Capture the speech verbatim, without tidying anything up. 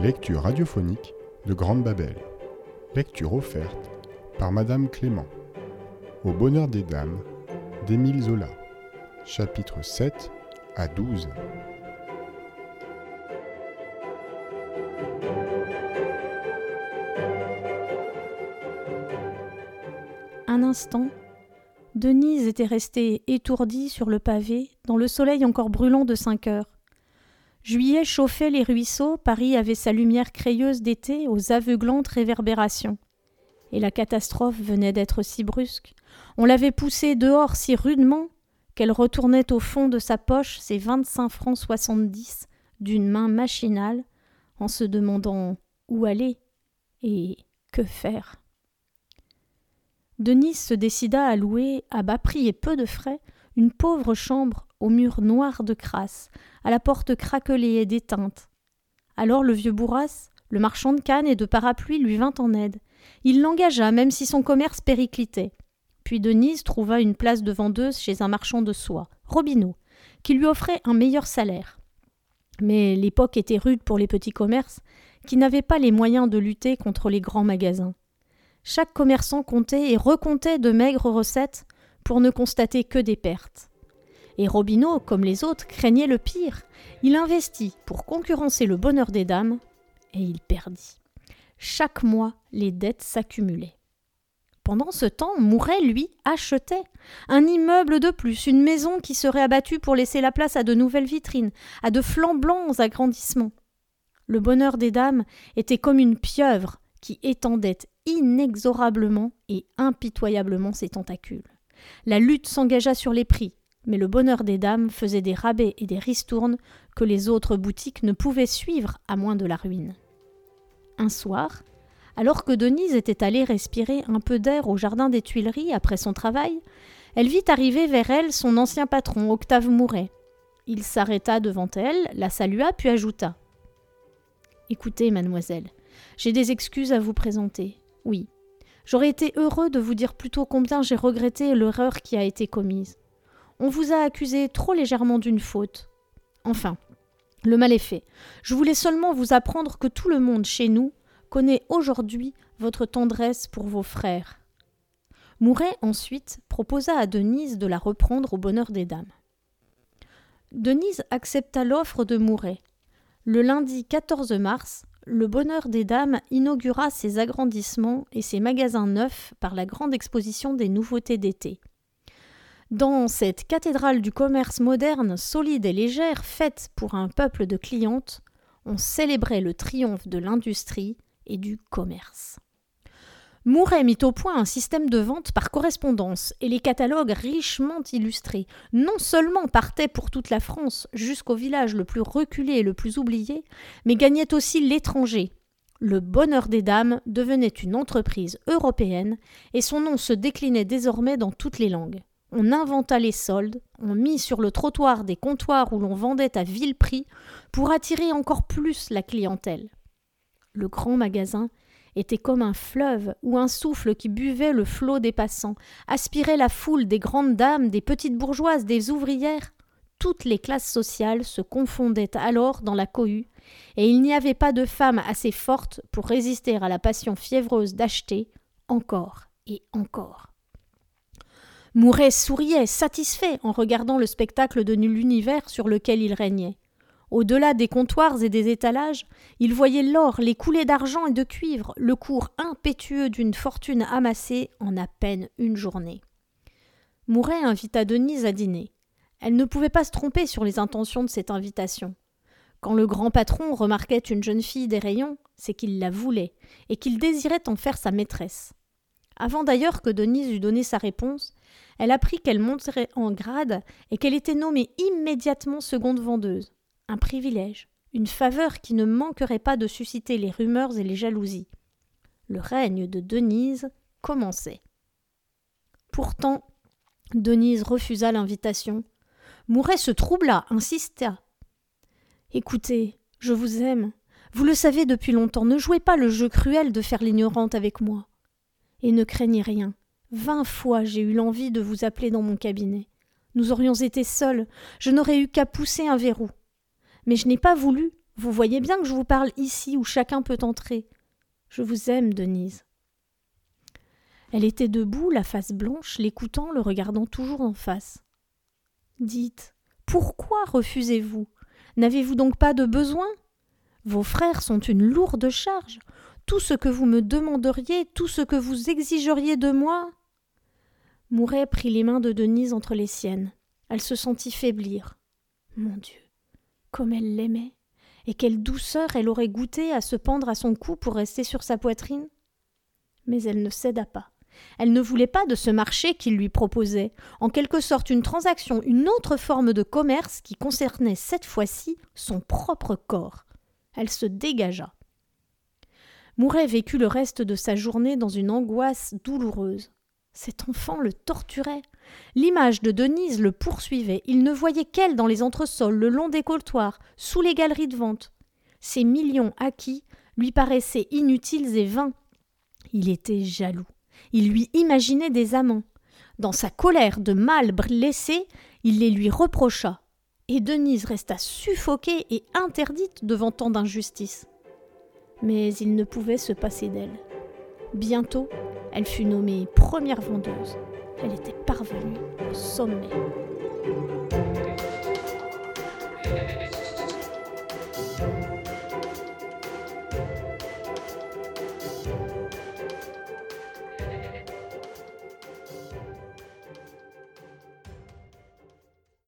lectures radiophoniques de Grande Babel. Lecture offerte par Madame Clément. Au bonheur des dames d'Émile Zola. Chapitres sept à douze. Un instant, Denise était restée étourdie sur le pavé dans le soleil encore brûlant de cinq heures. Juillet chauffait les ruisseaux, Paris avait sa lumière crayeuse d'été aux aveuglantes réverbérations. Et la catastrophe venait d'être si brusque, on l'avait poussée dehors si rudement qu'elle retournait au fond de sa poche ses vingt-cinq francs soixante-dix d'une main machinale en se demandant où aller et que faire. Denise se décida à louer, à bas prix et peu de frais, une pauvre chambre aux murs noirs de crasse, à la porte craquelée et déteinte. Alors le vieux Bourras, le marchand de cannes et de parapluies, lui vint en aide. Il l'engagea, même si son commerce périclitait. Puis Denise trouva une place de vendeuse chez un marchand de soie, Robineau, qui lui offrait un meilleur salaire. Mais l'époque était rude pour les petits commerces, qui n'avaient pas les moyens de lutter contre les grands magasins. Chaque commerçant comptait et recomptait de maigres recettes pour ne constater que des pertes. Et Robineau, comme les autres, craignait le pire. Il investit pour concurrencer le bonheur des dames, et il perdit. Chaque mois, les dettes s'accumulaient. Pendant ce temps, Mouret, lui, achetait un immeuble de plus, une maison qui serait abattue pour laisser la place à de nouvelles vitrines, à de flambants agrandissements. Le bonheur des dames était comme une pieuvre qui étendait inexorablement et impitoyablement ses tentacules. La lutte s'engagea sur les prix, mais le bonheur des dames faisait des rabais et des ristournes que les autres boutiques ne pouvaient suivre à moins de la ruine. Un soir, alors que Denise était allée respirer un peu d'air au jardin des Tuileries après son travail, elle vit arriver vers elle son ancien patron, Octave Mouret. Il s'arrêta devant elle, la salua, puis ajouta « Écoutez, mademoiselle, j'ai des excuses à vous présenter. Oui, j'aurais été heureux de vous dire plus tôt combien j'ai regretté l'erreur qui a été commise. On vous a accusé trop légèrement d'une faute. Enfin, le mal est fait. Je voulais seulement vous apprendre que tout le monde chez nous connaît aujourd'hui votre tendresse pour vos frères. » Mouret ensuite proposa à Denise de la reprendre au bonheur des dames. Denise accepta l'offre de Mouret. Le lundi quatorze mars, le bonheur des dames inaugura ses agrandissements et ses magasins neufs par la grande exposition des nouveautés d'été. Dans cette cathédrale du commerce moderne, solide et légère, faite pour un peuple de clientes, on célébrait le triomphe de l'industrie et du commerce. Mouret mit au point un système de vente par correspondance et les catalogues richement illustrés non seulement partaient pour toute la France jusqu'au village le plus reculé et le plus oublié, mais gagnaient aussi l'étranger. Le bonheur des dames devenait une entreprise européenne et son nom se déclinait désormais dans toutes les langues. On inventa les soldes, on mit sur le trottoir des comptoirs où l'on vendait à vil prix pour attirer encore plus la clientèle. Le grand magasin était comme un fleuve ou un souffle qui buvait le flot des passants, aspirait la foule des grandes dames, des petites bourgeoises, des ouvrières. Toutes les classes sociales se confondaient alors dans la cohue, et il n'y avait pas de femme assez forte pour résister à la passion fiévreuse d'acheter encore et encore. Mouret souriait, satisfait, en regardant le spectacle de l'univers sur lequel il régnait. Au-delà des comptoirs et des étalages, il voyait l'or, les coulées d'argent et de cuivre, le cours impétueux d'une fortune amassée en à peine une journée. Mouret invita Denise à dîner. Elle ne pouvait pas se tromper sur les intentions de cette invitation. Quand le grand patron remarquait une jeune fille des rayons, c'est qu'il la voulait et qu'il désirait en faire sa maîtresse. Avant d'ailleurs que Denise eût donné sa réponse, elle apprit qu'elle monterait en grade et qu'elle était nommée immédiatement seconde vendeuse. Un privilège, une faveur qui ne manquerait pas de susciter les rumeurs et les jalousies. Le règne de Denise commençait. Pourtant, Denise refusa l'invitation. Mouret se troubla, insista. « Écoutez, je vous aime. Vous le savez depuis longtemps. Ne jouez pas le jeu cruel de faire l'ignorante avec moi. Et ne craignez rien. Vingt fois j'ai eu l'envie de vous appeler dans mon cabinet. Nous aurions été seuls. Je n'aurais eu qu'à pousser un verrou. Mais je n'ai pas voulu, Vous voyez bien que je vous parle ici où chacun peut entrer. Je vous aime, Denise. » Elle était debout, la face blanche, l'écoutant, le regardant toujours en face. « Dites, pourquoi refusez-vous ? N'avez-vous donc pas de besoin ? Vos frères sont une lourde charge. Tout ce que vous me demanderiez, tout ce que vous exigeriez de moi. » Mouret prit les mains de Denise entre les siennes. Elle se sentit faiblir. Mon Dieu, comme elle l'aimait, et quelle douceur elle aurait goûté à se pendre à son cou pour rester sur sa poitrine. Mais elle ne céda pas. Elle ne voulait pas de ce marché qu'il lui proposait, en quelque sorte une transaction, une autre forme de commerce qui concernait cette fois-ci son propre corps. Elle se dégagea. Mouret vécut le reste de sa journée dans une angoisse douloureuse. Cet enfant le torturait. L'image de Denise le poursuivait. Il ne voyait qu'elle dans les entresols, le long des comptoirs, sous les galeries de vente. Ces millions acquis lui paraissaient inutiles et vains. Il était jaloux. Il lui imaginait des amants. Dans sa colère de mâle blessé, il les lui reprocha. Et Denise resta suffoquée et interdite devant tant d'injustice. Mais il ne pouvait se passer d'elle. Bientôt, elle fut nommée première vendeuse. Elle était parvenue au sommet.